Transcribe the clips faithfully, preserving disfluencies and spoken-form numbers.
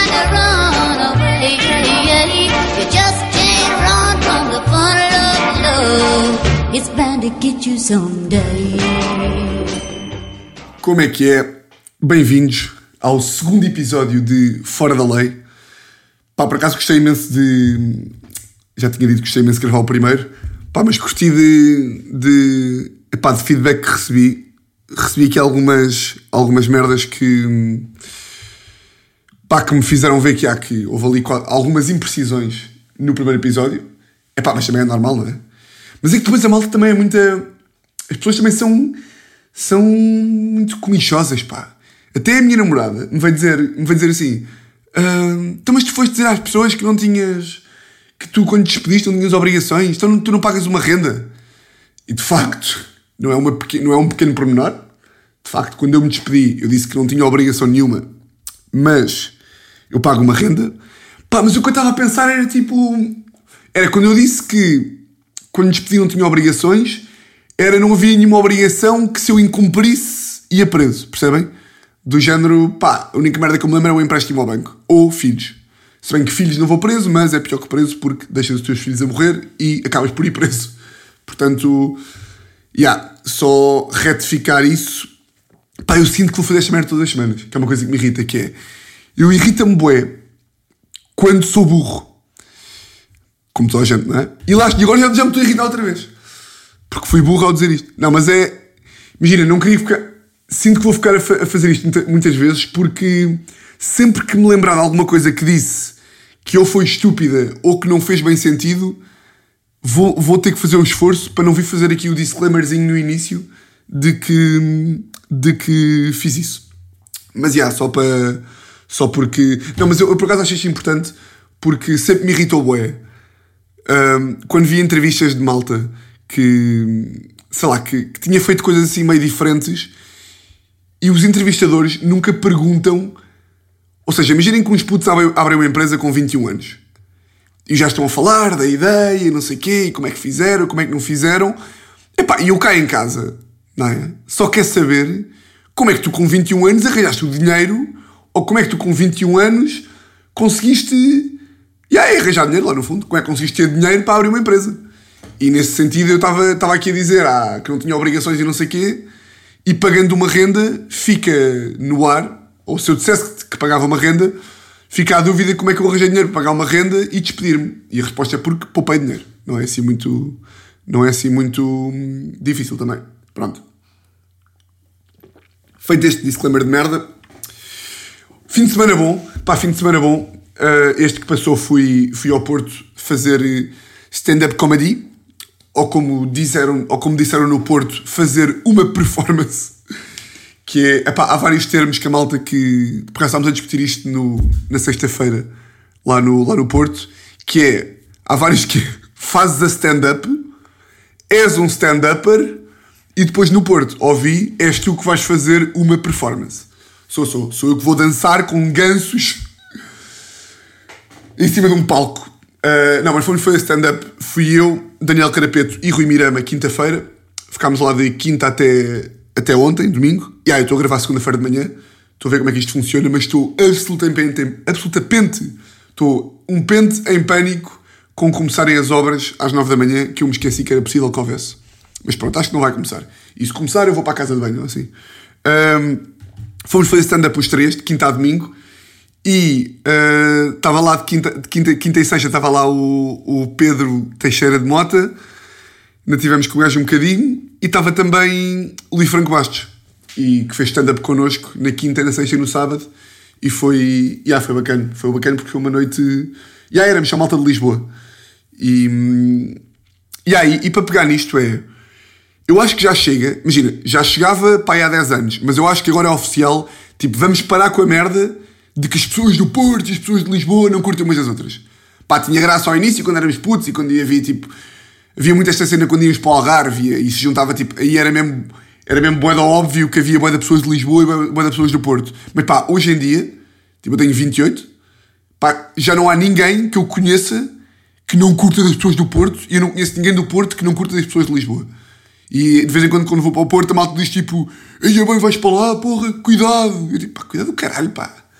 to run away. You just can't run from the fun of love. It's bound to get you someday. Como é que é? Bem-vindos ao segundo episódio de Fora da Lei. Pá, por acaso gostei imenso de... Já tinha dito que gostei imenso de gravar o primeiro. Pá, mas curti de... de, epá, de feedback que recebi. Recebi aqui algumas, algumas merdas que... Pá, que me fizeram ver que há que houve ali algumas imprecisões no primeiro episódio. Epá, mas também é normal, não é? Mas é que depois a malta também é muita... As pessoas também são... São muito comichosas, pá. Até a minha namorada me veio dizer, me veio dizer assim... Ah, então, mas tu foste dizer às pessoas que não tinhas... Que tu, quando te despediste, não tinhas obrigações. Então tu não pagas uma renda. E, de facto, não é, uma pequeno, não é um pequeno pormenor. De facto, quando eu me despedi, eu disse que não tinha obrigação nenhuma. Mas eu pago uma renda. Pá, mas o que eu estava a pensar era tipo... Era quando eu disse que... Quando me despedi não tinha obrigações... Era, não havia nenhuma obrigação que se eu incumprisse ia preso, percebem? Do género, pá, a única merda que eu me lembro é o empréstimo ao banco. Ou filhos. Se bem que filhos não vou preso, mas é pior que preso porque deixas os teus filhos a morrer e acabas por ir preso. Portanto, já, yeah, só retificar isso. Pá, eu sinto que vou fazer esta merda todas as semanas, que é uma coisa que me irrita, que é... Eu irrita-me bué quando sou burro. Como toda a gente, não é? E lá, e agora já, já me estou a irritar outra vez. Porque fui burro ao dizer isto. Não, mas é... Imagina, não queria ficar... Sinto que vou ficar a, fa- a fazer isto muita, muitas vezes porque sempre que me lembrar de alguma coisa que disse que ou foi estúpida ou que não fez bem sentido, vou, vou ter que fazer um esforço para não vir fazer aqui o disclaimerzinho no início de que, de que fiz isso. Mas, já, yeah, só para... Só porque... Não, mas eu, eu por acaso acho isto importante porque sempre me irritou bué. Um, quando vi entrevistas de malta... que, sei lá, que, que tinha feito coisas assim meio diferentes e os entrevistadores nunca perguntam, ou seja, imaginem que uns putos abrem, abrem uma empresa com vinte e um anos e já estão a falar da ideia, não sei o quê, como é que fizeram, como é que não fizeram, epá, e eu caio em casa, não é? Só quer saber como é que tu com vinte e um anos arranjaste o dinheiro ou como é que tu com vinte e um anos conseguiste, e aí arranjar dinheiro lá no fundo, como é que conseguiste ter dinheiro para abrir uma empresa. E nesse sentido eu estava aqui a dizer ah, que não tinha obrigações e não sei o quê, e pagando uma renda fica no ar, ou se eu dissesse que pagava uma renda, fica a dúvida como é que eu arranjei dinheiro para pagar uma renda e despedir-me. E a resposta é porque poupei dinheiro. Não é assim muito, não é assim muito hum, difícil também. Pronto. Feito este disclaimer de merda. Fim de semana bom. Pá, fim de semana bom. Uh, este que passou fui, fui ao Porto fazer stand-up comedy. Ou como, disseram, ou como disseram no Porto, fazer uma performance, que é, epá, há vários termos que a malta que, por acaso estávamos a discutir isto no, na sexta-feira, lá no, lá no Porto, que é, há vários que fazes a stand-up, és um stand-upper, e depois no Porto, ouvi, és tu que vais fazer uma performance. Sou, sou, sou eu que vou dançar com gansos em cima de um palco. Uh, não, mas foi, foi a stand-up, fui eu, Daniel Carapeto e Rui Mirama, quinta-feira. Ficámos lá de quinta até, até ontem, domingo. E aí, eu estou a gravar segunda-feira de manhã. Estou a ver como é que isto funciona, mas estou absolutamente, absolutamente, estou um pente em pânico com começarem as obras às nove da manhã, que eu me esqueci que era possível que houvesse. Mas pronto, acho que não vai começar. E se começar, eu vou para a casa de banho, assim. Um, fomos fazer stand-up os três, de quinta a domingo. E estava uh, lá de quinta, de quinta, quinta e sexta, estava lá o, o Pedro Teixeira de Mota, ainda tivemos com o gajo um bocadinho, e estava também o Luís Franco Bastos, e que fez stand-up connosco na quinta, na sexta e no sábado, e foi, yeah, foi bacana, foi bacana porque foi uma noite, e yeah, éramos a malta de Lisboa, e, yeah, e, e para pegar nisto é, eu acho que já chega, imagina, já chegava para aí há dez anos, mas eu acho que agora é oficial, tipo, vamos parar com a merda de que as pessoas do Porto e as pessoas de Lisboa não curtem umas das outras. Pá, tinha graça ao início, quando éramos putos, e quando havia, tipo... Havia muito esta cena quando íamos para o Algarve, e se juntava, tipo... Aí era mesmo... Era mesmo bué da óbvio que havia bué de pessoas de Lisboa e bué de pessoas do Porto. Mas pá, hoje em dia... Tipo, eu tenho vinte e oito. Pá, já não há ninguém que eu conheça que não curta das pessoas do Porto, e eu não conheço ninguém do Porto que não curta das pessoas de Lisboa. E de vez em quando, quando vou para o Porto, a malta diz tipo: "Ei, bem, vais para lá, porra, cuidado." Eu digo: "Pá, cuidado do caralho, pá.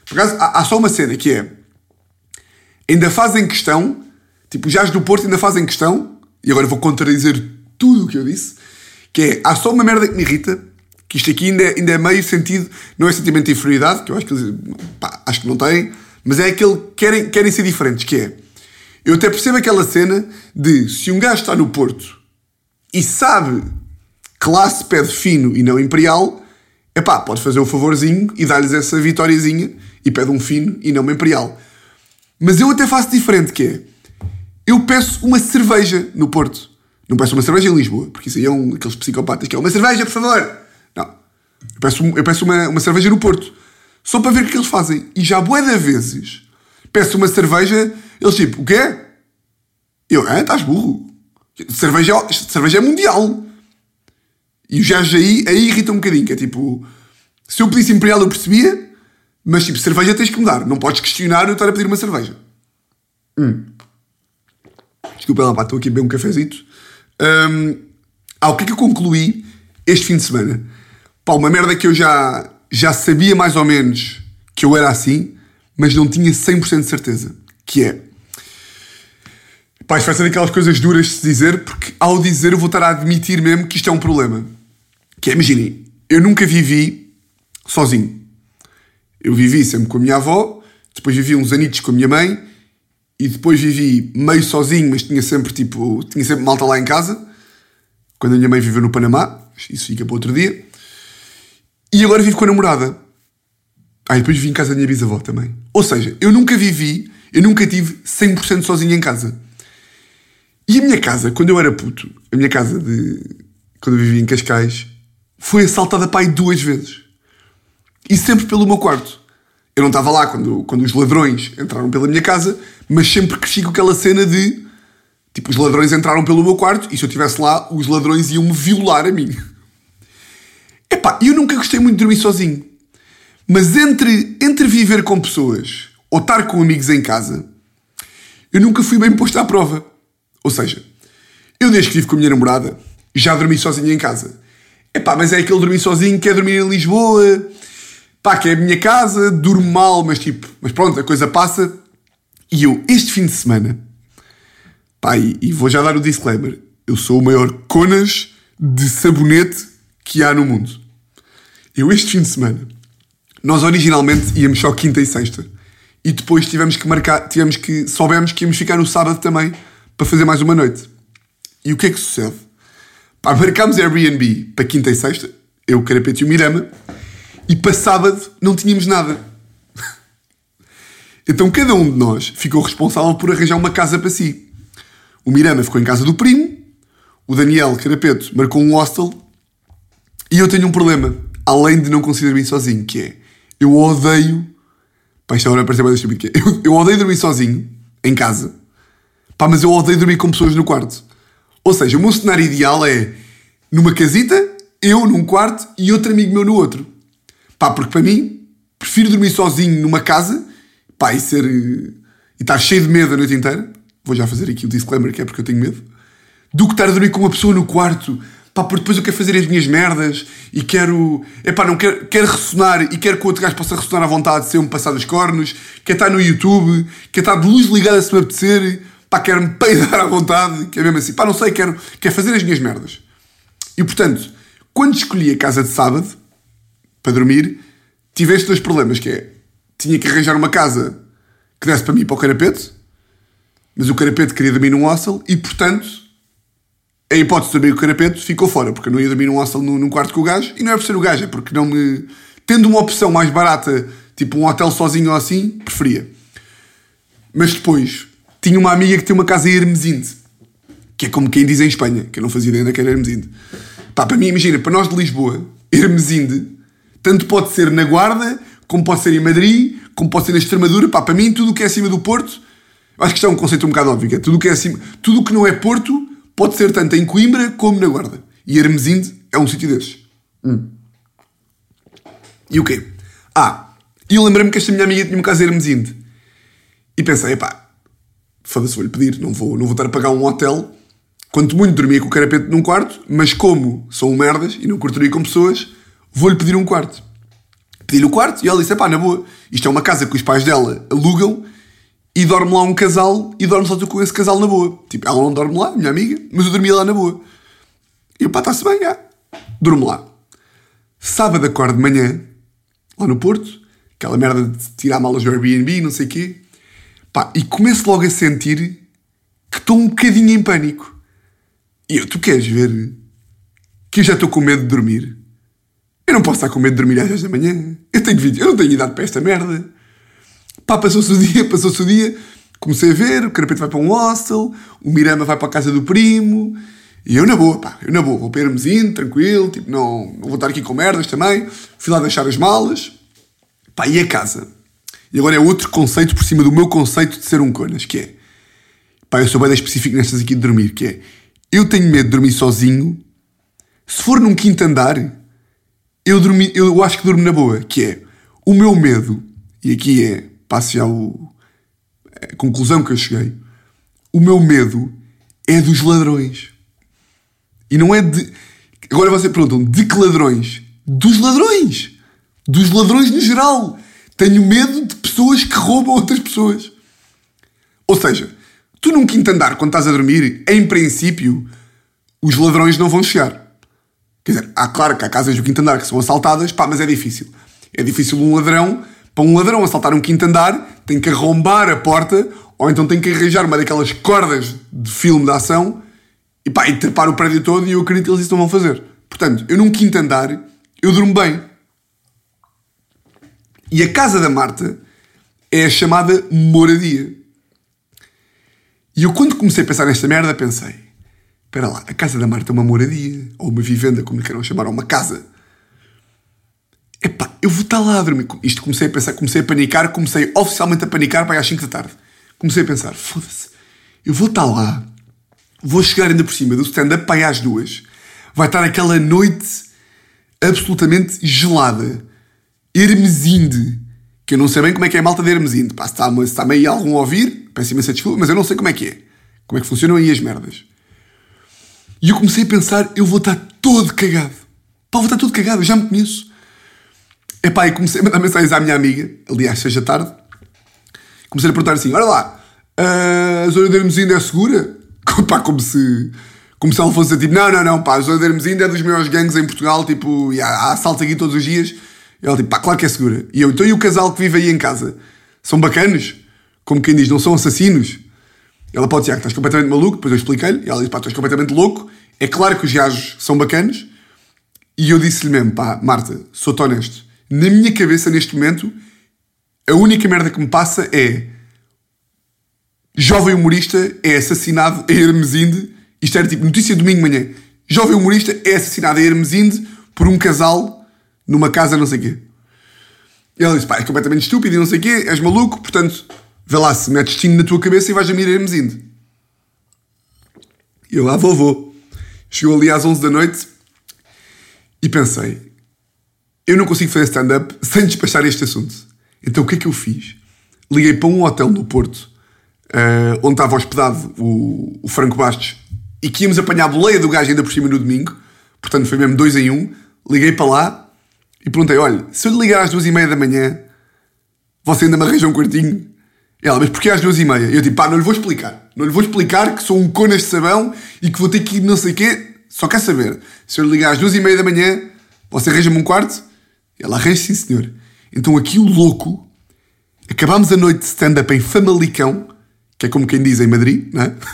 Por acaso, há, há só uma cena que é... Ainda fazem questão... Tipo, os gajos do Porto ainda fazem questão... E agora vou contradizer tudo o que eu disse... Que é... Há só uma merda que me irrita... Que isto aqui ainda é, ainda é meio sentido... Não é sentimento de inferioridade... Que eu acho que eles... Pá, acho que não têm... Mas é aquele que querem, querem ser diferentes... Que é... Eu até percebo aquela cena... De... Se um gajo está no Porto... E sabe... Classe pede fino e não imperial... Epá, pode fazer o favorzinho e dar-lhes essa vitóriazinha e pede um fino e não uma imperial. Mas eu até faço diferente, que é... Eu peço uma cerveja no Porto. Não peço uma cerveja em Lisboa, porque isso aí é um daqueles psicopatas que é uma cerveja, por favor. Não. Eu peço, eu peço uma, uma cerveja no Porto. Só para ver o que eles fazem. E já bué de vezes peço uma cerveja, eles tipo, o quê? Eu, ah, estás burro. Cerveja, cerveja é mundial. E os gajos aí, aí irritam um bocadinho, que é tipo... Se eu pedisse imperial eu percebia, mas tipo, cerveja tens que mudar. Não podes questionar eu estar a pedir uma cerveja. Hum. Desculpa lá, pá, estou aqui a beber um cafezito. Um, ah, o que é que eu concluí este fim de semana? Pá, uma merda que eu já, já sabia mais ou menos que eu era assim, mas não tinha cem por cento de certeza. Que é... Pá, isto vai ser daquelas coisas duras de se dizer, porque ao dizer eu vou estar a admitir mesmo que isto é um problema. Que é, imaginem, eu nunca vivi sozinho. Eu vivi sempre com a minha avó, depois vivi uns anitos com a minha mãe, e depois vivi meio sozinho, mas tinha sempre, tipo, tinha sempre malta lá em casa, quando a minha mãe viveu no Panamá, isso fica para outro dia, e agora vivo com a namorada. Ah, e depois vivi em casa da minha bisavó também. Ou seja, eu nunca vivi, eu nunca tive cem por cento sozinho em casa. E a minha casa, quando eu era puto, a minha casa de... quando eu vivia em Cascais, foi assaltada pai duas vezes. E sempre pelo meu quarto. Eu não estava lá quando, quando os ladrões entraram pela minha casa, mas sempre cresci com aquela cena de... Tipo, os ladrões entraram pelo meu quarto e se eu estivesse lá, os ladrões iam-me violar a mim. Epá, eu nunca gostei muito de dormir sozinho. Mas entre, entre viver com pessoas ou estar com amigos em casa, eu nunca fui bem posto à prova. Ou seja, eu desde que vivo com a minha namorada, já dormi sozinho em casa. Epá, mas é aquele dormir sozinho que é dormir em Lisboa, pá, que é a minha casa, durmo mal, mas tipo, mas pronto, a coisa passa. E eu, este fim de semana, pá, e, e vou já dar o disclaimer, eu sou o maior conas de sabonete que há no mundo. Eu, este fim de semana, nós originalmente íamos só quinta e sexta. E depois tivemos que marcar, tivemos que, soubemos que íamos ficar no sábado também, para fazer mais uma noite. E o que é que sucede? Pá, marcámos Airbnb para quinta e sexta, eu, o Carapete e o Mirama, e para sábado não tínhamos nada. Então cada um de nós ficou responsável por arranjar uma casa para si. O Mirama ficou em casa do primo, o Daniel Carapeto marcou um hostel, e eu tenho um problema, além de não conseguir dormir sozinho, que é, eu odeio, pá, isto agora parece mais estúpido que é, eu, eu odeio dormir sozinho, em casa. Pá, mas eu odeio dormir com pessoas no quarto. Ou seja, o meu cenário ideal é numa casita, eu num quarto e outro amigo meu no outro. Pá, porque para mim, prefiro dormir sozinho numa casa, pá, e ser... e estar cheio de medo a noite inteira. Vou já fazer aqui o disclaimer que é porque eu tenho medo. Do que estar a dormir com uma pessoa no quarto. Pá, porque depois eu quero fazer as minhas merdas e quero... É pá, não quero, quero ressonar e quero que o outro gajo possa ressonar à vontade sem eu me passar dos cornos. Quero estar no YouTube, quero estar de luz ligada se me apetecer... Pá, quero-me peidar à vontade, que é mesmo assim, pá, não sei, quero, quero fazer as minhas merdas. E, portanto, quando escolhi a casa de sábado, para dormir, tive estes dois problemas, que é, tinha que arranjar uma casa que desse para mim e para o Carapete, mas o Carapete queria dormir num hostel, e, portanto, a hipótese de dormir com o Carapete ficou fora, porque eu não ia dormir num hostel num, num quarto com o gajo, e não é por ser o gajo, é porque não me... Tendo uma opção mais barata, tipo um hotel sozinho ou assim, preferia. Mas depois... Tinha uma amiga que tem uma casa em Hermesinde, que é como quem diz em Espanha, que eu não fazia ideia ainda que era Hermesinde. Pá, para mim, imagina, para nós de Lisboa, Hermesinde, tanto pode ser na Guarda, como pode ser em Madrid, como pode ser na Extremadura. Pá, para mim, tudo o que é acima do Porto, acho que isto é um conceito um bocado óbvio, que é tudo o que é acima, tudo o que não é Porto, pode ser tanto em Coimbra como na Guarda. E Hermesinde é um sítio desses. Hum. E o quê? Ah, e eu lembrei-me que esta minha amiga tinha uma casa em Hermesinde. E pensei, epá, foda-se, vou-lhe pedir, não vou, não vou estar a pagar um hotel, quanto muito dormia com o Carapete num quarto, mas como sou um merdas e não curto dormir com pessoas, vou-lhe pedir um quarto. Pedi-lhe o quarto e ela disse, pá, na boa, isto é uma casa que os pais dela alugam e dorme lá um casal e dorme só tu com esse casal na boa. Tipo, ela não dorme lá, minha amiga, mas eu dormia lá na boa. E eu, pá, está-se bem, já. Durmo lá. Sábado acordo de manhã, lá no Porto, aquela merda de tirar malas do Airbnb, não sei o quê. Pá, e começo logo a sentir que estou um bocadinho em pânico. E eu, tu queres ver que eu já estou com medo de dormir? Eu não posso estar com medo de dormir às dez da manhã. Eu tenho vídeo, eu não tenho idade para esta merda. Pá, passou-se o dia, passou-se o dia. Comecei a ver, o Carapete vai para um hostel, o Mirama vai para a casa do primo. E eu na boa, pá, eu na boa. Vou para Hermesinho, tranquilo, tipo, não, não vou estar aqui com merdas também. Fui lá deixar as malas. Pá, e a casa? E agora é outro conceito por cima do meu conceito de ser um conas, que é... Pá, eu sou bem específico nestas aqui de dormir, que é... Eu tenho medo de dormir sozinho. Se for num quinto andar, eu, dormi, eu acho que durmo na boa, que é... O meu medo, e aqui é... Passo já o, a conclusão que eu cheguei. O meu medo é dos ladrões. E não é de... Agora vocês perguntam, de que ladrões? Dos ladrões. Dos ladrões no geral. Tenho medo de pessoas que roubam outras pessoas. Ou seja, tu num quinto andar, quando estás a dormir, em princípio, os ladrões não vão chegar. Quer dizer, há claro que há casas do quinto andar que são assaltadas, pá, mas é difícil. É difícil um ladrão, para um ladrão assaltar um quinto andar, tem que arrombar a porta, ou então tem que arranjar uma daquelas cordas de filme de ação, e pá, e trepar o prédio todo, e eu acredito que eles isso não vão fazer. Portanto, eu num quinto andar, eu durmo bem. E a casa da Marta é a chamada moradia. E eu quando comecei a pensar nesta merda, pensei, espera lá, a casa da Marta é uma moradia, ou uma vivenda, como lhe queiram chamar, ou uma casa. Epá, eu vou estar lá a dormir. Isto comecei a pensar, comecei a panicar, comecei oficialmente a panicar para ir às cinco da tarde. Comecei a pensar, foda-se, eu vou estar lá, vou chegar ainda por cima do stand-up para ir às duas, vai estar aquela noite absolutamente gelada, Hermesinde, que eu não sei bem como é que é a malta de Hermesinde. Pá, se está, se está meio algum a ouvir, peço imensa desculpa, mas eu não sei como é que é. Como é que funcionam aí as merdas. E eu comecei a pensar, eu vou estar todo cagado. Pá, vou estar todo cagado, eu já me conheço. Epá, e comecei a mandar mensagens à minha amiga, ali às seis da tarde. Comecei a perguntar assim, olha lá, a zona de Hermesinde é segura? Pá, como se... Como se ela fosse tipo, não, não, não, pá, a zona de Hermesinde é dos maiores gangues em Portugal, tipo, e há, há assaltos aqui todos os dias. E ela tipo, pá, claro que é segura. E eu, então e o casal que vive aí em casa? São bacanos? Como quem diz, não são assassinos? Ela pode dizer, ah, estás completamente maluco, depois eu expliquei-lhe. E ela diz, pá, estás completamente louco. É claro que os gajos são bacanos. E eu disse-lhe mesmo, pá, Marta, sou-te honesto. Na minha cabeça, neste momento, a única merda que me passa é jovem humorista é assassinado em Hermesinde. Isto era tipo notícia de domingo de manhã. Jovem humorista é assassinado em Hermesinde por um casal numa casa não sei o quê. E ela disse, pá, é completamente estúpido e não sei o quê, és maluco, portanto, vê lá se metes destino na tua cabeça e vais a mir a Hermesinde. E eu lá vou, vou. Chegou ali às onze da noite e pensei, eu não consigo fazer stand-up sem despachar este assunto. Então o que é que eu fiz? Liguei para um hotel no Porto, uh, onde estava hospedado o, o Franco Bastos, e que íamos apanhar a boleia do gajo ainda por cima no domingo, portanto foi mesmo dois em um. Liguei para lá e perguntei, olha, se eu lhe ligar às duas e meia da manhã, você ainda me arranja um quartinho? E ela, mas porquê às duas e meia? E eu tipo, pá, não lhe vou explicar. Não lhe vou explicar que sou um conas de sabão e que vou ter que ir não sei o quê. Só quer saber, se eu lhe ligar às duas e meia da manhã, você arranja-me um quarto? E ela arranja, sim senhor. Então aqui o louco, acabámos a noite de stand-up em Famalicão, que é como quem diz em Madrid, não é?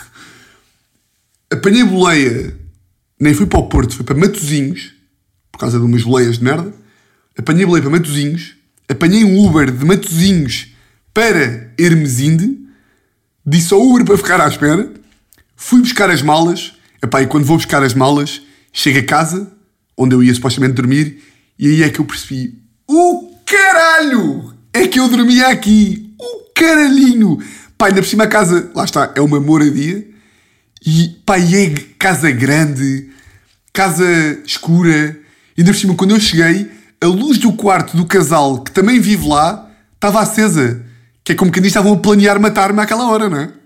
Apanhei boleia, nem fui para o Porto, fui para Matosinhos, por causa de umas boleias de merda. Apanhei boleia para Matosinhos, apanhei um Uber de Matosinhos para Hermesinde, disse ao Uber para ficar à espera, fui buscar as malas, epá, e quando vou buscar as malas, chego a casa, onde eu ia supostamente dormir, e aí é que eu percebi, o caralho, é que eu dormia aqui, o caralhinho. Pá, ainda por cima a casa, lá está, é uma moradia, e pá, e é casa grande, casa escura, e ainda por cima quando eu cheguei, a luz do quarto do casal, que também vive lá, estava acesa, que é como quem diz, estavam a planear matar-me àquela hora, não é?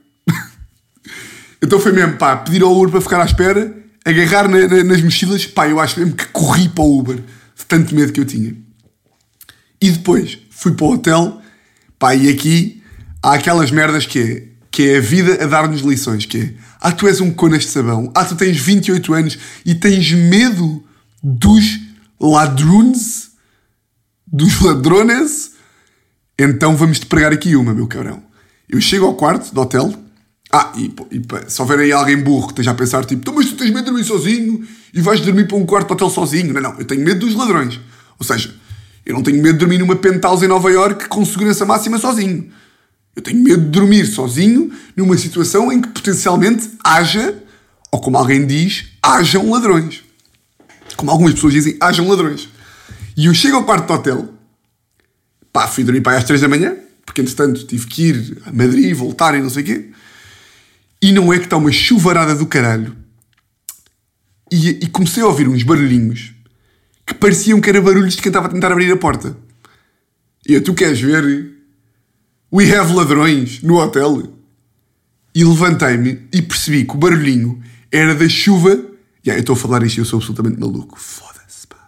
Então foi mesmo, pá, pedir ao Uber para ficar à espera, agarrar na, na, nas mochilas, pá, eu acho mesmo que corri para o Uber, de tanto medo que eu tinha. E depois fui para o hotel, pá, e aqui há aquelas merdas que é, que é a vida a dar-nos lições, que é, ah, tu és um conas de sabão, ah, tu tens vinte e oito anos e tens medo dos ladrões, dos ladrones, então vamos-te pregar aqui uma, meu cabrão. Eu chego ao quarto do hotel, ah, e, e se houver aí alguém burro que esteja a pensar, tipo, mas tu tens medo de dormir sozinho e vais dormir para um quarto de hotel sozinho. Não, não, eu tenho medo dos ladrões. Ou seja, eu não tenho medo de dormir numa penthouse em Nova Iorque com segurança máxima sozinho. Eu tenho medo de dormir sozinho numa situação em que potencialmente haja, ou como alguém diz, hajam ladrões. Como algumas pessoas dizem, hajam ladrões. E eu chego ao quarto do hotel, pá, fui dormir para aí às três da manhã, porque entretanto tive que ir a Madrid, voltar e não sei o quê, e não é que está uma chuvarada do caralho. E, e comecei a ouvir uns barulhinhos que pareciam que eram barulhos de quem estava a tentar abrir a porta. E eu, tu queres ver? We have ladrões no hotel. E levantei-me e percebi que o barulhinho era da chuva. E yeah, eu estou a falar isto e eu sou absolutamente maluco. Foda-se, pá.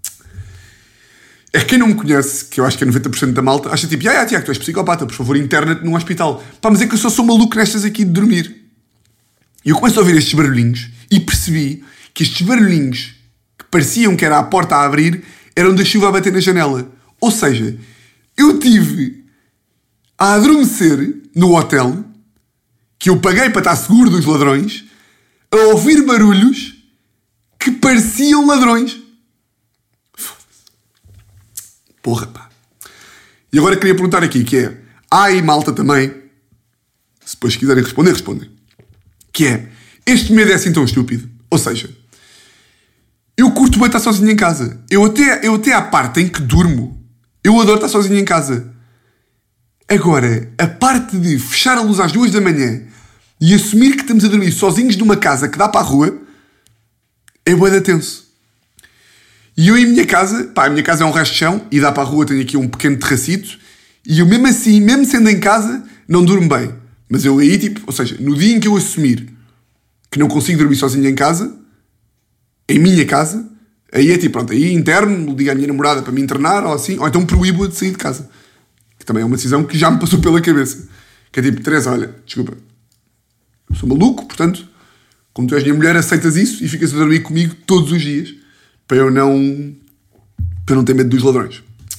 É que quem não me conhece, que eu acho que é noventa por cento da malta, acha tipo, ah, yeah, Tiago, tu és psicopata, por favor, interna-te num hospital. Pá, mas é que eu só sou maluco nestas aqui de dormir. E eu começo a ouvir estes barulhinhos e percebi que estes barulhinhos que pareciam que era a porta a abrir eram da chuva a bater na janela. Ou seja, eu tive a adormecer no hotel, que eu paguei para estar seguro dos ladrões, a ouvir barulhos que pareciam ladrões. Porra, pá. E agora queria perguntar aqui, que é, há aí malta também, se depois quiserem responder, respondem, que é, este medo é assim tão estúpido. Ou seja, eu curto bem estar sozinho em casa. Eu até, eu até à parte em que durmo, eu adoro estar sozinho em casa. Agora, a parte de fechar a luz às duas da manhã e assumir que estamos a dormir sozinhos numa casa que dá para a rua, é bué de tenso. E eu em minha casa, pá, a minha casa é um resto de chão e dá para a rua, tenho aqui um pequeno terracito, e eu mesmo assim, mesmo sendo em casa, não durmo bem. Mas eu aí, tipo, ou seja, no dia em que eu assumir que não consigo dormir sozinho em casa, em minha casa, aí é tipo, pronto, aí interno, digo à minha namorada para me internar, ou assim, ou então proíbo-a de sair de casa. Que também é uma decisão que já me passou pela cabeça. Que é tipo, Teresa, olha, desculpa, eu sou maluco, portanto, como tu és minha mulher, aceitas isso e ficas a dormir comigo todos os dias, para eu não, para eu não ter medo dos ladrões.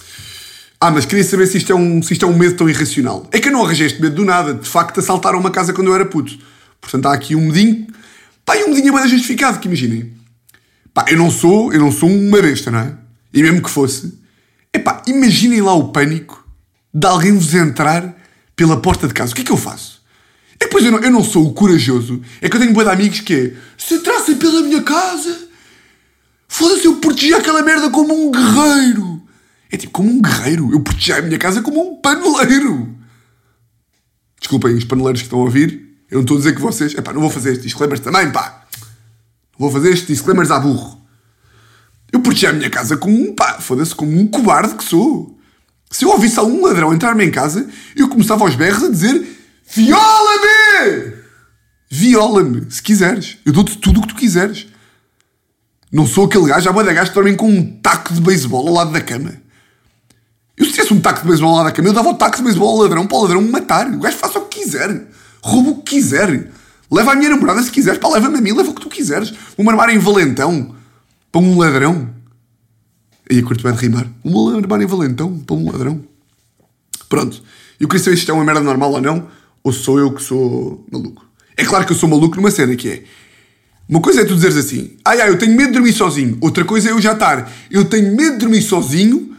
Ah, mas queria saber se isto, é um, se isto é um medo tão irracional. É que eu não arranjei este medo do nada. De facto, assaltaram uma casa quando eu era puto. Portanto, há aqui um medinho. Pá, e um medinho é bem justificado, que imaginem. Pá, eu não sou, eu não sou uma besta, não é? E mesmo que fosse. Epá, imaginem lá o pânico de alguém vos entrar pela porta de casa. O que é que eu faço? É que depois eu não, eu não sou o corajoso. É que eu tenho bué de amigos que é, se entrassem pela minha casa, foda-se, eu protegia aquela merda como um guerreiro. É tipo, como um guerreiro. Eu protegia a minha casa como um paneleiro. Desculpem os paneleiros que estão a ouvir. Eu não estou a dizer que vocês... Epá, não vou fazer estes disclaimers também, pá. Não vou fazer estes disclaimers à burro. Eu protegia a minha casa como um... Pá, foda-se, como um cobarde que sou. Se eu ouvisse algum ladrão entrar-me em casa, eu começava aos berros a dizer, viola-me! Viola-me, se quiseres. Eu dou-te tudo o que tu quiseres. Não sou aquele gajo, há bué de gajos que dormem com um taco de beisebol ao lado da cama. Eu se tivesse um taco de beisebol ao lado da cama, eu dava o taco de beisebol ao ladrão para o ladrão me matar. O gajo faça o que quiser. Rouba o que quiser. Leva a minha namorada se quiseres. Pá, leva-me a mim, leva o que tu quiseres. Vou-me armar em valentão para um ladrão. Aí a curto vai de rimar. Vou-me armar em valentão para um ladrão. Pronto. Eu queria saber se isto é uma merda normal ou não, ou sou eu que sou maluco. É claro que eu sou maluco numa cena que é, uma coisa é tu dizeres assim, ai ai, eu tenho medo de dormir sozinho. Outra coisa é eu já estar, eu tenho medo de dormir sozinho,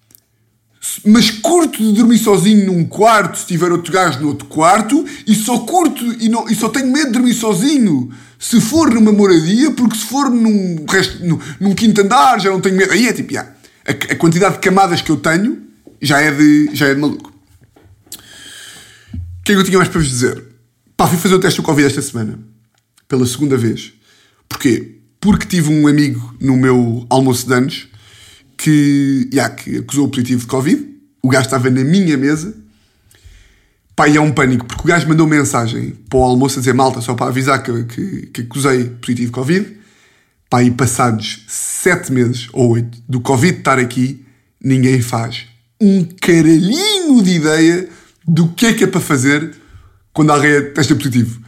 mas curto de dormir sozinho num quarto se tiver outro gajo no outro quarto, e só curto e, não, e só tenho medo de dormir sozinho se for numa moradia, porque se for num, resto, num, num quinto andar já não tenho medo. Aí é tipo, já, a, a quantidade de camadas que eu tenho já é de, já é de maluco. O que é que eu tinha mais para vos dizer? Pá, fui fazer o teste do Covid esta semana. Pela segunda vez. Porquê? Porque tive um amigo no meu almoço de anos que, yeah, que acusou o positivo de Covid. O gajo estava na minha mesa. Pá, e é um pânico, porque o gajo mandou mensagem para o almoço a dizer, malta, só para avisar que, que, que acusei positivo de Covid. Pá, e passados sete meses ou oito do Covid estar aqui, ninguém faz um caralhinho de ideia do que é que é para fazer quando alguém testa positivo.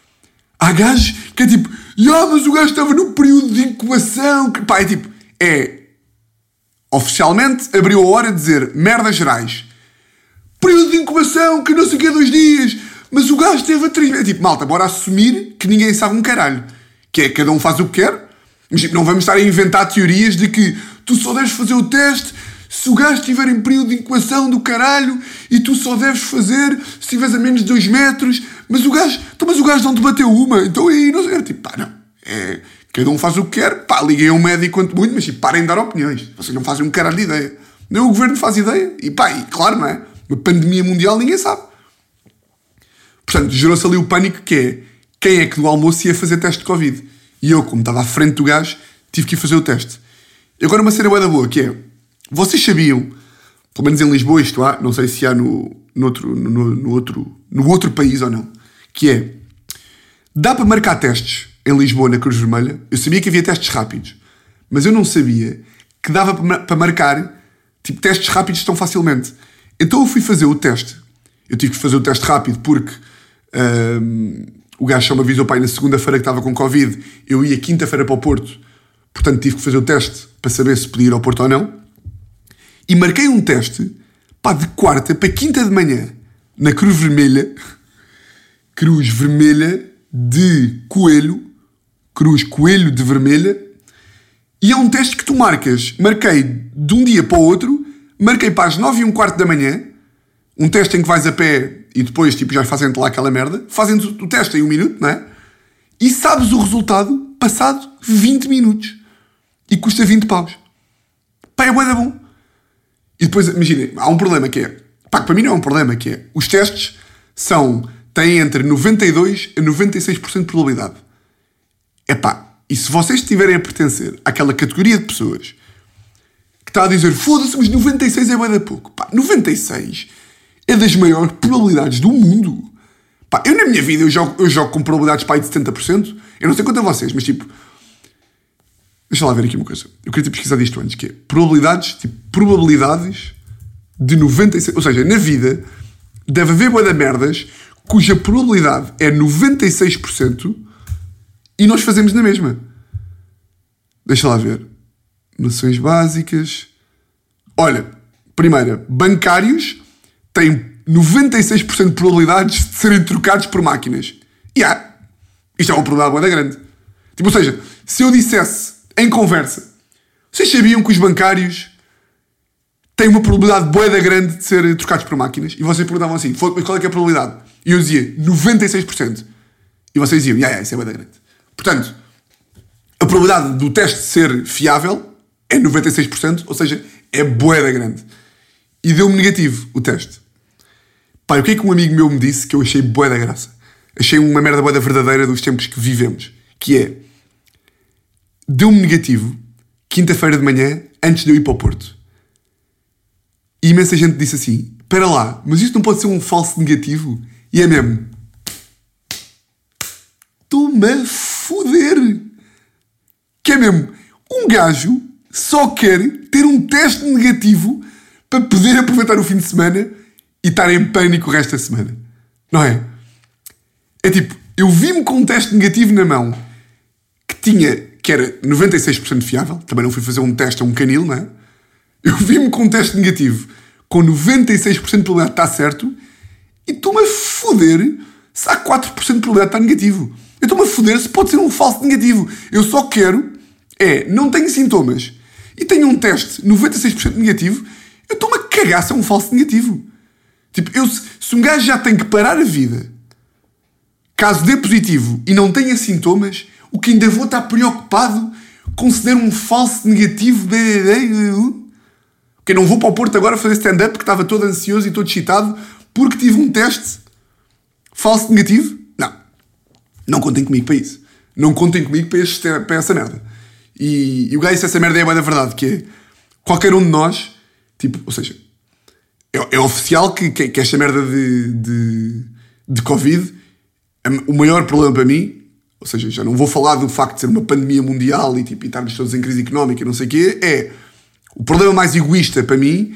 Há gajos que é tipo, ah, mas o gajo estava num período de incubação. Que... Pá, é tipo, é... Oficialmente abriu a hora de dizer merdas gerais. Período de incubação, que não sei o que é dois dias. Mas o gajo teve a três... É tipo, malta, bora assumir que ninguém sabe um caralho. Que é, cada um faz o que quer. Mas tipo, não vamos estar a inventar teorias de que tu só deves fazer o teste se o gajo estiver em período de incubação do caralho e tu só deves fazer se estiveres a menos de dois metros. Mas o gajo... Então, mas o gajo não te bateu uma. Então aí não sei. É tipo, pá, não. É... Cada um faz o que quer. Pá, liguem a um médico quanto muito, mas tipo, parem de dar opiniões. Vocês não fazem um caralho de ideia. Nem o governo faz ideia. E pá, e claro, não é? Uma pandemia mundial ninguém sabe. Portanto, gerou-se ali o pânico que é quem é que no almoço ia fazer teste de Covid. E eu, como estava à frente do gajo, tive que ir fazer o teste. E agora uma cena bué da boa, que é... Vocês sabiam, pelo menos em Lisboa isto há, não sei se há no, no, outro, no, no, outro, no outro país ou não, que é... Dá para marcar testes em Lisboa, na Cruz Vermelha. Eu sabia que havia testes rápidos, mas eu não sabia que dava para marcar tipo, testes rápidos tão facilmente. Então eu fui fazer o teste. Eu tive que fazer o teste rápido porque hum, o gajo só me avisou pai, na segunda-feira que estava com Covid. Eu ia quinta-feira para o Porto, portanto tive que fazer o teste para saber se podia ir ao Porto ou não. E marquei um teste pá, de quarta para quinta de manhã na Cruz Vermelha. Cruz Vermelha de Coelho. Cruz Coelho de Vermelha. E é um teste que tu marcas. Marquei de um dia para o outro. Marquei para as nove e um quarto da manhã. Um teste em que vais a pé e depois tipo, já fazem-te lá aquela merda. Fazem-te o teste em um minuto, não é? E sabes o resultado passado vinte minutos. E custa vinte paus. Pá, é bué da bom. E depois, imaginem, há um problema que é... Pá, que para mim não é um problema, que é... Os testes são... Têm entre noventa e dois por cento a noventa e seis por cento de probabilidade. Epá, e se vocês estiverem a pertencer àquela categoria de pessoas que está a dizer foda-se, mas noventa e seis é bué da pouco. Pá, noventa e seis é das maiores probabilidades do mundo. Pá, eu na minha vida eu jogo, eu jogo com probabilidades pá, de setenta por cento. Eu não sei quanto a vocês, mas tipo... Deixa lá ver aqui uma coisa. Eu queria ter pesquisado isto antes, que é probabilidades, tipo, probabilidades de noventa e seis... Ou seja, na vida deve haver bué da merdas cuja probabilidade é noventa e seis por cento e nós fazemos na mesma. Deixa lá ver. Noções básicas. Olha, primeira, bancários têm noventa e seis por cento de probabilidades de serem trocados por máquinas. E há. Isto é uma probabilidade bué da grande. Tipo, ou seja, se eu dissesse em conversa, vocês sabiam que os bancários têm uma probabilidade bué da grande de ser trocados por máquinas? E vocês perguntavam assim, qual é que é a probabilidade? E eu dizia noventa e seis por cento. E vocês diziam, yeah, yeah, isso é bué da grande. Portanto, a probabilidade do teste ser fiável é noventa e seis por cento, ou seja, é bué da grande. E deu-me negativo o teste. Pá, o que é que um amigo meu me disse que eu achei bué da graça? Achei uma merda bué da verdadeira dos tempos que vivemos. Que é, deu-me negativo quinta-feira de manhã antes de eu ir para o Porto. E imensa gente disse assim, espera lá, mas isto não pode ser um falso negativo? E é mesmo, estou-me a foder. Que é mesmo, um gajo só quer ter um teste negativo para poder aproveitar o fim de semana e estar em pânico o resto da semana. Não é? É tipo, eu vi-me com um teste negativo na mão que tinha, que era noventa e seis por cento fiável. Também não fui fazer um teste a um canil, não é? Eu vi-me com um teste negativo com noventa e seis por cento de probabilidade de estar certo e estou-me a foder se há quatro por cento de probabilidade de estar negativo. Eu estou-me a foder se pode ser um falso negativo. Eu só quero, é, não tenho sintomas e tenho um teste noventa e seis por cento negativo, eu estou-me a cagar se é um falso negativo. Tipo, eu, se, se um gajo já tem que parar a vida caso dê positivo e não tenha sintomas, o que ainda vou estar preocupado com se der um falso negativo de... Porque eu não vou para o Porto agora fazer stand-up porque estava todo ansioso e todo excitado porque tive um teste falso negativo. Não. Não contem comigo para isso. Não contem comigo para, este, para essa merda. E, e o gajo disse essa merda é bem da verdade, que é qualquer um de nós, tipo, ou seja, é, é oficial que, que, que esta merda de, de, de Covid, é, o maior problema para mim, ou seja, já não vou falar do facto de ser uma pandemia mundial e, tipo, e estarmos todos em crise económica e não sei o quê, é... O problema mais egoísta para mim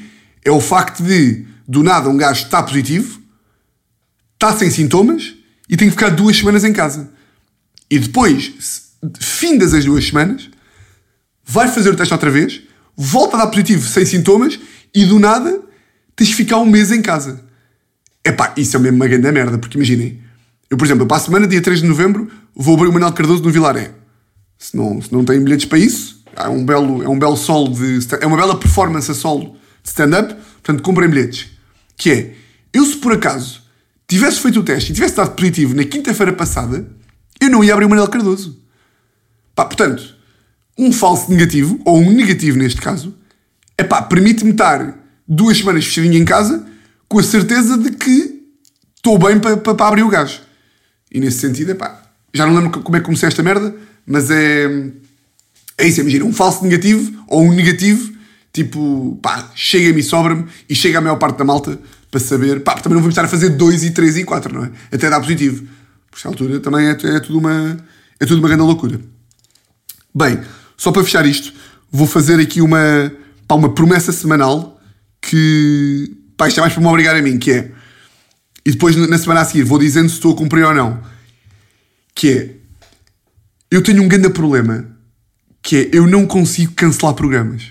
É o facto de, do nada, um gajo está positivo, está sem sintomas e tem que ficar duas semanas em casa. E depois, findas as duas semanas, vai fazer o teste outra vez, volta a dar positivo sem sintomas e do nada tens de ficar um mês em casa. Epá, isso é mesmo uma grande merda, porque imaginem, eu, por exemplo, para a semana, dia três de novembro, vou abrir o Manuel Cardoso no Vilaré. Se não, se não têm bilhetes para isso, é um belo, é um belo solo de... É uma bela performance a solo de stand-up, portanto, comprem bilhetes. Que é, eu se por acaso tivesse feito o teste e tivesse dado positivo na quinta-feira passada, eu não ia abrir o Manuel Cardoso. Pá, portanto, um falso negativo, ou um negativo neste caso, é pá, permite-me estar duas semanas fechadinho em casa com a certeza de que estou bem para pa, pa abrir o gajo. E nesse sentido, é pá, já não lembro como é que comecei esta merda, mas é... É isso, imagina, um falso negativo ou um negativo, tipo, pá, chega-me e sobra-me e chega a maior parte da malta para saber, pá, também não vamos estar a fazer dois e três e quatro, não é? Até dar positivo. Por esta altura também é, é, tudo uma, é tudo uma grande loucura. Bem, só para fechar isto, vou fazer aqui uma, pá, uma promessa semanal que, pá, isto é mais para me obrigar a mim, que é, e depois na semana a seguir vou dizendo se estou a cumprir ou não, que é, eu tenho um grande problema, que é, eu não consigo cancelar programas.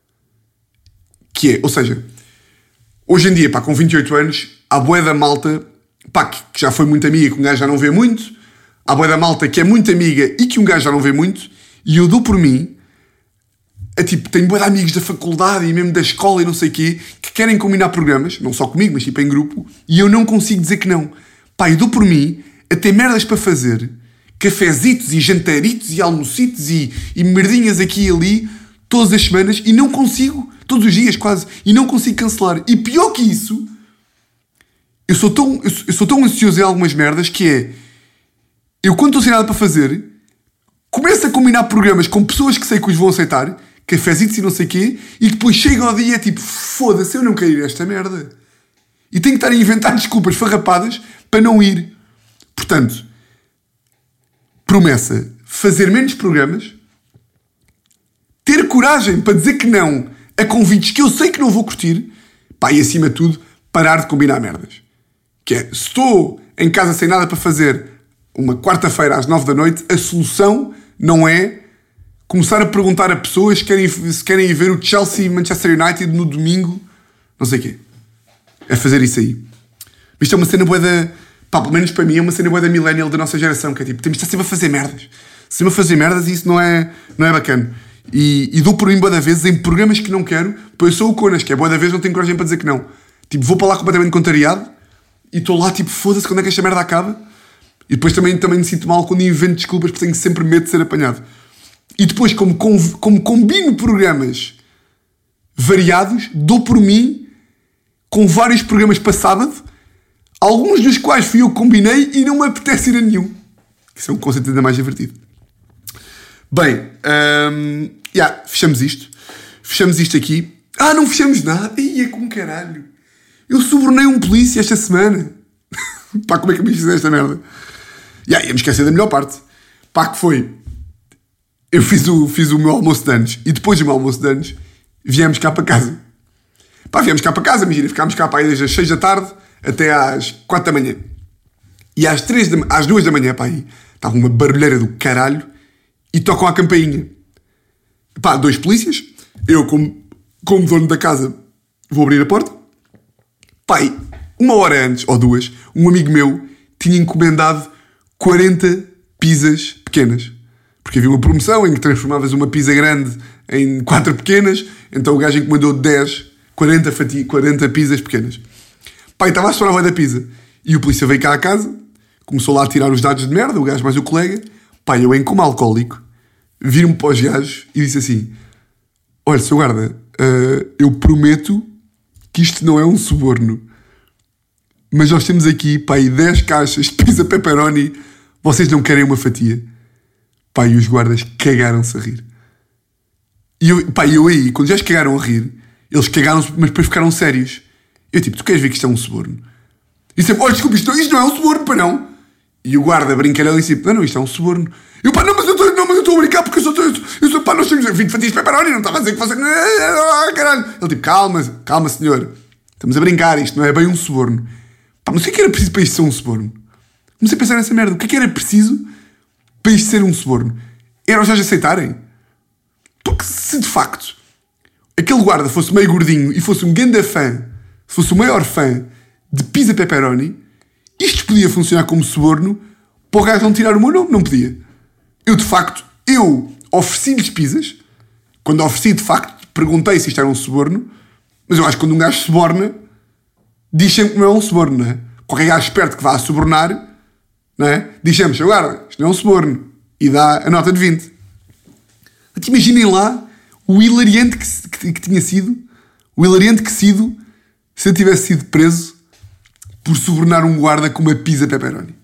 Que é, ou seja, hoje em dia, pá, com vinte e oito anos, há bué da malta, pá, que já foi muito amiga, que um gajo já não vê muito, há bué da malta que é muito amiga e que um gajo já não vê muito, e eu dou por mim, a, tipo, tenho bué de amigos da faculdade e mesmo da escola e não sei o quê, que querem combinar programas, não só comigo, mas tipo em grupo, e eu não consigo dizer que não. Pá, eu dou por mim a ter merdas para fazer, cafezitos e jantaritos e almocitos e, e merdinhas aqui e ali, todas as semanas, e não consigo, todos os dias quase, e não consigo cancelar. E pior que isso, eu sou tão, eu sou, eu sou tão ansioso em algumas merdas que é, eu quando estou sem nada para fazer, começo a combinar programas com pessoas que sei que os vão aceitar, cafezitos e não sei o quê, e depois chega ao dia tipo, foda-se, eu não quero ir a esta merda. E tenho que estar a inventar desculpas farrapadas para não ir. Portanto, promessa, fazer menos programas, ter coragem para dizer que não a convites que eu sei que não vou curtir, pá, e acima de tudo, parar de combinar merdas. Que é, se estou em casa sem nada para fazer uma quarta-feira às nove da noite, a solução não é começar a perguntar a pessoas se querem, se querem ir ver o Chelsea e Manchester United no domingo, não sei o quê. É fazer isso aí. Isto é uma cena boa da... Pá, pelo menos para mim é uma cena boa da millennial da nossa geração, que é tipo, temos de estar sempre a fazer merdas. Sempre a fazer merdas e isso não é, não é bacana. E, e dou por mim boa da vez em programas que não quero, pois eu sou o Conas, que é boa da vez não tenho coragem para dizer que não. Tipo, vou para lá completamente contrariado e estou lá tipo, foda-se, quando é que esta merda acaba? E depois também, também me sinto mal quando invento desculpas porque tenho sempre medo de ser apanhado. E depois, como, como combino programas variados, dou por mim com vários programas para sábado, alguns dos quais fui eu que combinei e não me apetece ir a nenhum. Isso é um conceito ainda mais divertido. Bem, um, yeah, fechamos isto. Fechamos isto aqui. Ah, não fechamos nada. Ia com caralho. Eu subornei um polícia esta semana. Pá, como é que eu me fiz esta merda? Yeah, ia-me esquecer da melhor parte. Pá, que foi... Eu fiz o, fiz o meu almoço de anos. E depois do meu almoço de anos, viemos cá para casa. Pá, viemos cá para casa, imagina. Ficámos cá para aí desde as seis da tarde até às quatro da manhã. E às, três da, às duas da manhã, pá, aí estava uma barulheira do caralho e tocam a campainha. Pá, dois polícias. Eu, como, como dono da casa, vou abrir a porta. Pá, e uma hora antes, ou duas, um amigo meu tinha encomendado quarenta pizzas pequenas. Porque havia uma promoção em que transformavas uma pizza grande em quatro pequenas, então o gajo encomendou dez, quarenta, fati- quarenta pizzas pequenas. Pá, e estava a chorar a da pizza. E o polícia veio cá à casa, começou lá a tirar os dados de merda, o gajo mais o colega. Pá, eu em como alcoólico, viro-me para os gajos e disse assim: olha, seu guarda, uh, eu prometo que isto não é um suborno, mas nós temos aqui, pá, aí dez caixas de pizza pepperoni, vocês não querem uma fatia? Pá, e os guardas cagaram-se a rir. E eu, pá, eu aí, quando já se cagaram a rir, eles cagaram-se, mas depois ficaram sérios. Eu tipo, tu queres ver que isto é um suborno? E sempre, olha, desculpa, isto, isto não é um suborno, pá, não. E o guarda brincalhão e disse, não, não, isto é um suborno. Eu, pá, não, mas eu tô, não, não, mas eu estou a brincar porque eu sou, eu sou, eu sou pá, nós temos vinte fatias de pepperoni, não estava a dizer que fosse... Ah, caralho. Ele tipo, calma, calma senhor, estamos a brincar, isto não é bem um suborno. Pá, mas o que é que era preciso para isto ser um suborno? Comecei a pensar nessa merda, o que é que era preciso para isto ser um suborno? Era os gajos aceitarem? Porque se de facto aquele guarda fosse meio gordinho e fosse um ganda fã, se fosse o maior fã de pizza pepperoni, isto podia funcionar como suborno para o gajo não tirar o meu nome, não podia. Eu de facto, eu ofereci-lhes pizzas, quando ofereci de facto, perguntei se isto era um suborno, mas eu acho que quando um gajo suborna, diz sempre que não é um suborno, não é? Qualquer gajo esperto que vá a subornar, não é? Diz sempre, seu guarda, isto não é um suborno, e dá a nota de vinte. Mas imaginem lá o hilariante que, que, que tinha sido, o hilariante que sido se eu tivesse sido preso por subornar um guarda com uma pizza pepperoni.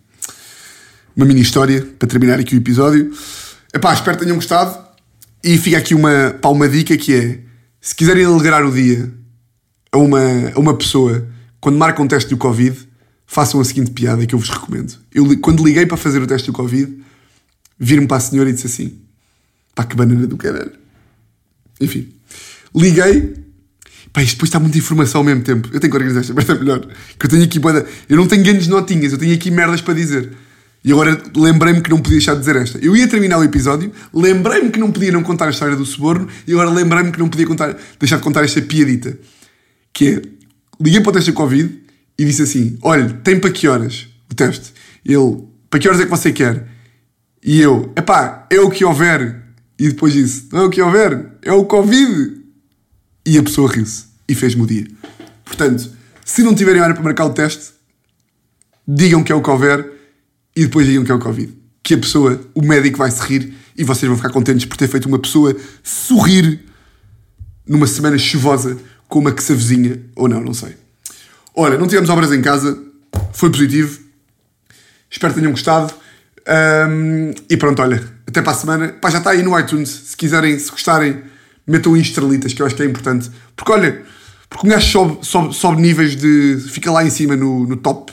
Uma mini história para terminar aqui o episódio. Epá, espero que tenham gostado. E fica aqui uma, pá, uma dica que é: se quiserem alegrar o dia a uma, a uma pessoa quando marcam um teste do Covid, façam a seguinte piada que eu vos recomendo. Eu, quando liguei para fazer o teste do Covid, vir-me para a senhora e disse assim: pá, que banana do caralho. Enfim, liguei. Pá, isto depois está muita informação ao mesmo tempo. Eu tenho que organizar esta merda melhor. Que eu tenho aqui... Eu não tenho grandes notinhas, eu tenho aqui merdas para dizer. E agora lembrei-me que não podia deixar de dizer esta. Eu ia terminar o episódio, lembrei-me que não podia não contar a história do suborno e agora lembrei-me que não podia contar, deixar de contar esta piadita. Que é, liguei para o teste do Covid e disse assim: olha, tem para que horas o teste? Ele, para que horas é que você quer? E eu, epá, é o que houver. E depois disse, não é o que houver, é o Covid. E a pessoa riu-se e fez-me o dia. Portanto, se não tiverem hora para marcar o teste, digam que é o que houver e depois digam que é o Covid. Que a pessoa, o médico vai se rir e vocês vão ficar contentes por ter feito uma pessoa sorrir numa semana chuvosa como a que se avizinha, ou não, não sei. Olha, não tivemos obras em casa, foi positivo. Espero que tenham gostado. Um, e pronto, olha, até para a semana. Pá, já está aí no iTunes. Se quiserem, se gostarem, metam em estrelitas, que eu acho que é importante. Porque olha, porque um gajo sobe, sobe, sobe níveis de... Fica lá em cima no, no top.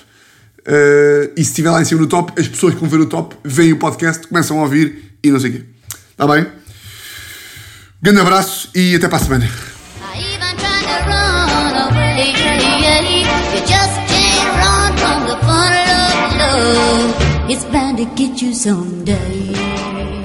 Uh, e se estiver lá em cima no top, as pessoas que vão ver o top veem o podcast, começam a ouvir e não sei o quê. Está bem? Grande abraço e até para a semana. It's bound to get you someday.